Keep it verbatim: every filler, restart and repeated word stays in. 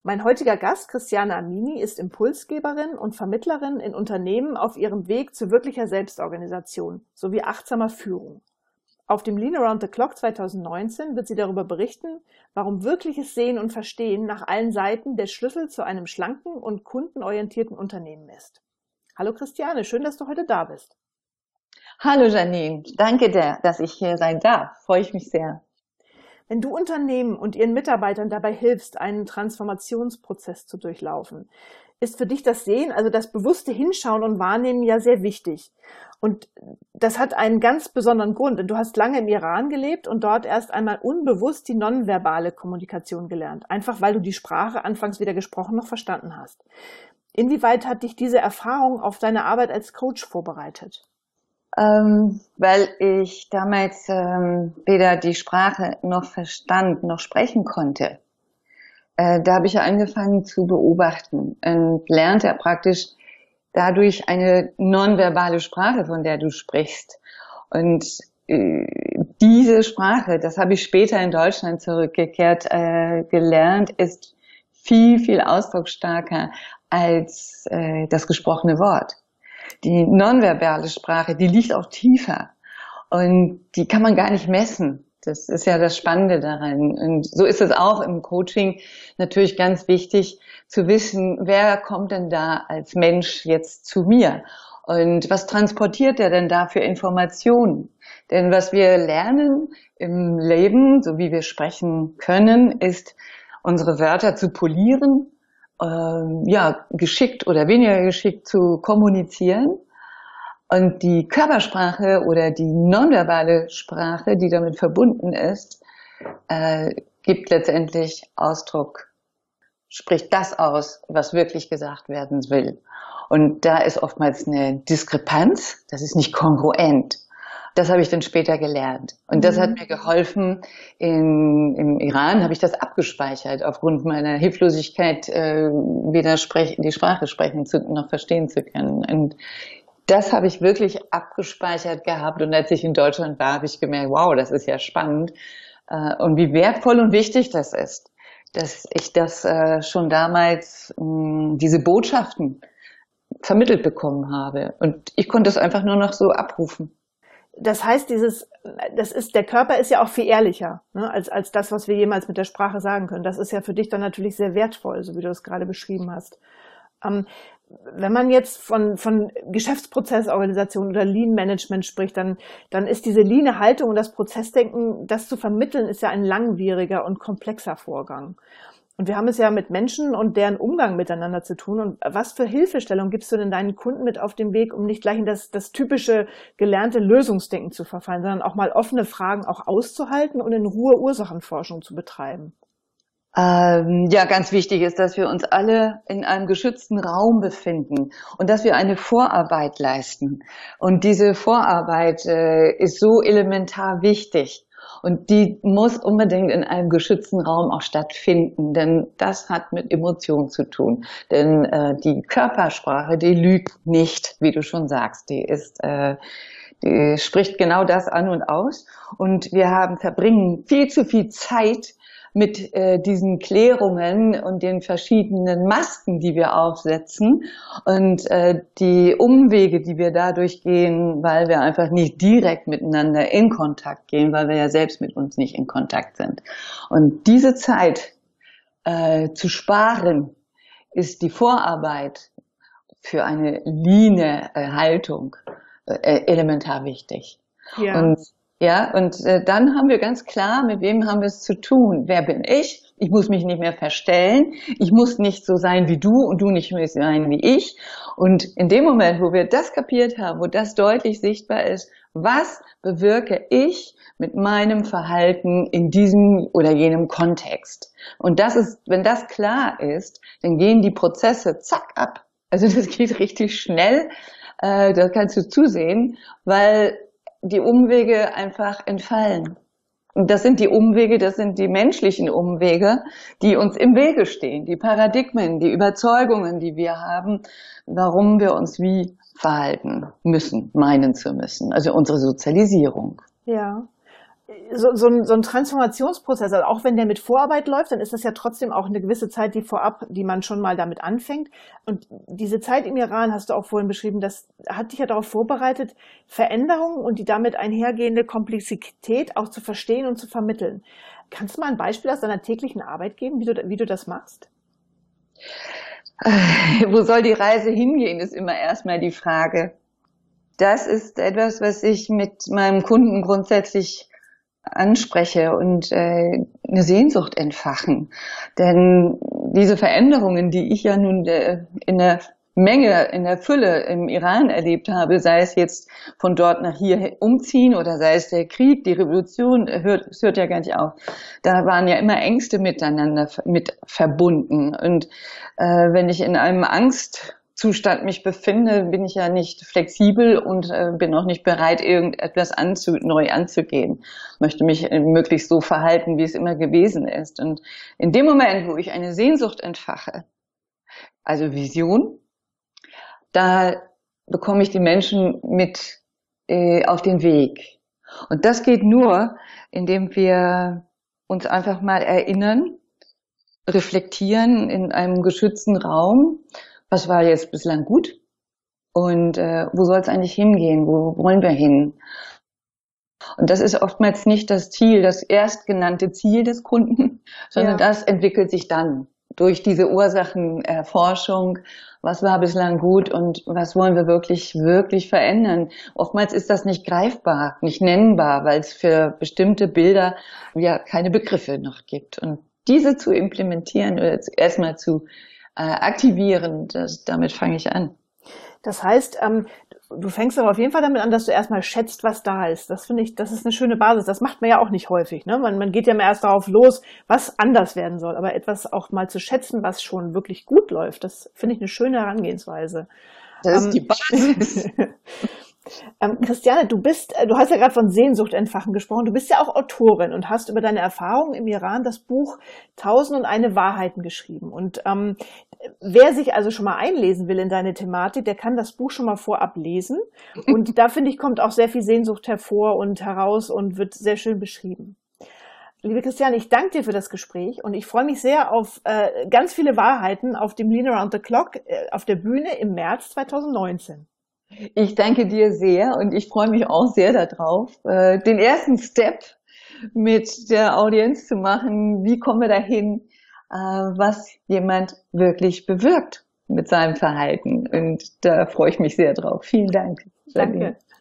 Mein heutiger Gast, Christiane Amini, ist Impulsgeberin und Vermittlerin in Unternehmen auf ihrem Weg zu wirklicher Selbstorganisation sowie achtsamer Führung. Auf dem Lean Around the Clock zweitausendneunzehn wird sie darüber berichten, warum wirkliches Sehen und Verstehen nach allen Seiten der Schlüssel zu einem schlanken und kundenorientierten Unternehmen ist. Hallo Christiane, schön, dass du heute da bist. Hallo Janine, danke dir, dass ich hier sein darf. Freue ich mich sehr. Wenn du Unternehmen und ihren Mitarbeitern dabei hilfst, einen Transformationsprozess zu durchlaufen, ist für dich das Sehen, also das bewusste Hinschauen und Wahrnehmen ja sehr wichtig. Und das hat einen ganz besonderen Grund, denn du hast lange im Iran gelebt und dort erst einmal unbewusst die nonverbale Kommunikation gelernt, einfach weil du die Sprache anfangs weder gesprochen noch verstanden hast. Inwieweit hat dich diese Erfahrung auf deine Arbeit als Coach vorbereitet? Ähm, weil ich damals ähm, weder die Sprache noch verstand, noch sprechen konnte. Äh, da habe ich angefangen zu beobachten und lernte praktisch dadurch eine nonverbale Sprache, von der du sprichst. Und äh, diese Sprache, das habe ich später in Deutschland zurückgekehrt äh, gelernt, ist viel, viel ausdrucksstarker als äh, das gesprochene Wort. Die nonverbale Sprache, die liegt auch tiefer und die kann man gar nicht messen. Das ist ja das Spannende daran. Und so ist es auch im Coaching natürlich ganz wichtig zu wissen, wer kommt denn da als Mensch jetzt zu mir und was transportiert er denn da für Informationen? Denn was wir lernen im Leben, so wie wir sprechen können, ist, unsere Wörter zu polieren, ja, geschickt oder weniger geschickt zu kommunizieren. Und die Körpersprache oder die nonverbale Sprache, die damit verbunden ist, äh, gibt letztendlich Ausdruck, spricht das aus, was wirklich gesagt werden will. Und da ist oftmals eine Diskrepanz, das ist nicht kongruent. Das habe ich dann später gelernt. Und das hat mir geholfen. In, im Iran habe ich das abgespeichert, aufgrund meiner Hilflosigkeit, äh, weder sprech, die Sprache sprechen zu, noch verstehen zu können. Und das habe ich wirklich abgespeichert gehabt. Und als ich in Deutschland war, habe ich gemerkt, wow, das ist ja spannend. Äh, und wie wertvoll und wichtig das ist, dass ich das äh, schon damals, mh, diese Botschaften vermittelt bekommen habe. Und ich konnte es einfach nur noch so abrufen. Das heißt, dieses, das ist, der Körper ist ja auch viel ehrlicher, ne, als, als das, was wir jemals mit der Sprache sagen können. Das ist ja für dich dann natürlich sehr wertvoll, so wie du es gerade beschrieben hast. Ähm, wenn man jetzt von, von Geschäftsprozessorganisation oder Lean Management spricht, dann, dann ist diese leane Haltung und das Prozessdenken, das zu vermitteln, ist ja ein langwieriger und komplexer Vorgang. Und wir haben es ja mit Menschen und deren Umgang miteinander zu tun. Und was für Hilfestellung gibst du denn deinen Kunden mit auf den Weg, um nicht gleich in das, das typische gelernte Lösungsdenken zu verfallen, sondern auch mal offene Fragen auch auszuhalten und in Ruhe Ursachenforschung zu betreiben? Ähm, ja, ganz wichtig ist, dass wir uns alle in einem geschützten Raum befinden und dass wir eine Vorarbeit leisten. Und diese Vorarbeit äh, ist so elementar wichtig. Und die muss unbedingt in einem geschützten Raum auch stattfinden, denn das hat mit Emotionen zu tun. Denn äh, die Körpersprache, die lügt nicht, wie du schon sagst. Die ist, äh, die spricht genau das an und aus. Und wir haben verbringen viel zu viel Zeit mit äh, diesen Klärungen und den verschiedenen Masken, die wir aufsetzen und äh, die Umwege, die wir dadurch gehen, weil wir einfach nicht direkt miteinander in Kontakt gehen, weil wir ja selbst mit uns nicht in Kontakt sind. Und diese Zeit äh, zu sparen, ist die Vorarbeit für eine leane äh, Haltung äh, elementar wichtig. Ja. Und Ja, und äh, dann haben wir ganz klar, mit wem haben wir es zu tun? Wer bin ich? Ich muss mich nicht mehr verstellen. Ich muss nicht so sein wie du und du nicht mehr sein wie ich. Und in dem Moment, wo wir das kapiert haben, wo das deutlich sichtbar ist, was bewirke ich mit meinem Verhalten in diesem oder jenem Kontext? Und das ist, wenn das klar ist, dann gehen die Prozesse zack ab. Also das geht richtig schnell. Äh, da kannst du zusehen, weil die Umwege einfach entfallen. Und das sind die Umwege, das sind die menschlichen Umwege, die uns im Wege stehen, die Paradigmen, die Überzeugungen, die wir haben, warum wir uns wie verhalten müssen, meinen zu müssen, also unsere Sozialisierung. Ja. so, so, ein, so ein Transformationsprozess, also auch wenn der mit Vorarbeit läuft, dann ist das ja trotzdem auch eine gewisse Zeit, die vorab, die man schon mal damit anfängt. Und diese Zeit im Iran, hast du auch vorhin beschrieben, das hat dich ja darauf vorbereitet, Veränderungen und die damit einhergehende Komplexität auch zu verstehen und zu vermitteln. Kannst du mal ein Beispiel aus deiner täglichen Arbeit geben, wie du, wie du das machst? Wo soll die Reise hingehen, ist immer erstmal die Frage. Das ist etwas, was ich mit meinem Kunden grundsätzlich anspreche und äh, eine Sehnsucht entfachen. Denn diese Veränderungen, die ich ja nun äh, in der Menge, in der Fülle im Iran erlebt habe, sei es jetzt von dort nach hier umziehen oder sei es der Krieg, die Revolution, hört, es hört ja gar nicht auf. Da waren ja immer Ängste miteinander mit verbunden. Und äh, wenn ich in einem Angstzustand mich befinde, bin ich ja nicht flexibel und äh, bin auch nicht bereit, irgendetwas anzu, neu anzugehen. Möchte mich möglichst so verhalten, wie es immer gewesen ist. Und in dem Moment, wo ich eine Sehnsucht entfache, also Vision, da bekomme ich die Menschen mit äh, auf den Weg. Und das geht nur, indem wir uns einfach mal erinnern, reflektieren in einem geschützten Raum, was war jetzt bislang gut und äh, wo soll es eigentlich hingehen, wo wollen wir hin? Und das ist oftmals nicht das Ziel, das erstgenannte Ziel des Kunden, sondern ja. Das entwickelt sich dann durch diese Ursachenerforschung, was war bislang gut und was wollen wir wirklich, wirklich verändern. Oftmals ist das nicht greifbar, nicht nennbar, weil es für bestimmte Bilder ja keine Begriffe noch gibt. Und diese zu implementieren oder erstmal zu äh, aktivieren, das, damit fange ich an. Das heißt, ähm, du fängst aber auf jeden Fall damit an, dass du erstmal schätzt, was da ist. Das finde ich, das ist eine schöne Basis. Das macht man ja auch nicht häufig, ne? Man, man geht ja immer erst darauf los, was anders werden soll. Aber etwas auch mal zu schätzen, was schon wirklich gut läuft, das finde ich eine schöne Herangehensweise. Das ist die Basis. Ähm, Christiane, du bist, du hast ja gerade von Sehnsucht entfachen gesprochen. Du bist ja auch Autorin und hast über deine Erfahrungen im Iran das Buch Tausend und eine Wahrheiten geschrieben. Und ähm, wer sich also schon mal einlesen will in deine Thematik, der kann das Buch schon mal vorab lesen. Und da, finde ich, kommt auch sehr viel Sehnsucht hervor und heraus und wird sehr schön beschrieben. Liebe Christiane, ich danke dir für das Gespräch und ich freue mich sehr auf äh, ganz viele Wahrheiten auf dem Lean Around the Clock äh, auf der Bühne im März zweitausendneunzehn. Ich danke dir sehr und ich freue mich auch sehr darauf, äh, den ersten Step mit der Audienz zu machen. Wie kommen wir dahin, äh, was jemand wirklich bewirkt mit seinem Verhalten? Und da freue ich mich sehr drauf. Vielen Dank. Danke.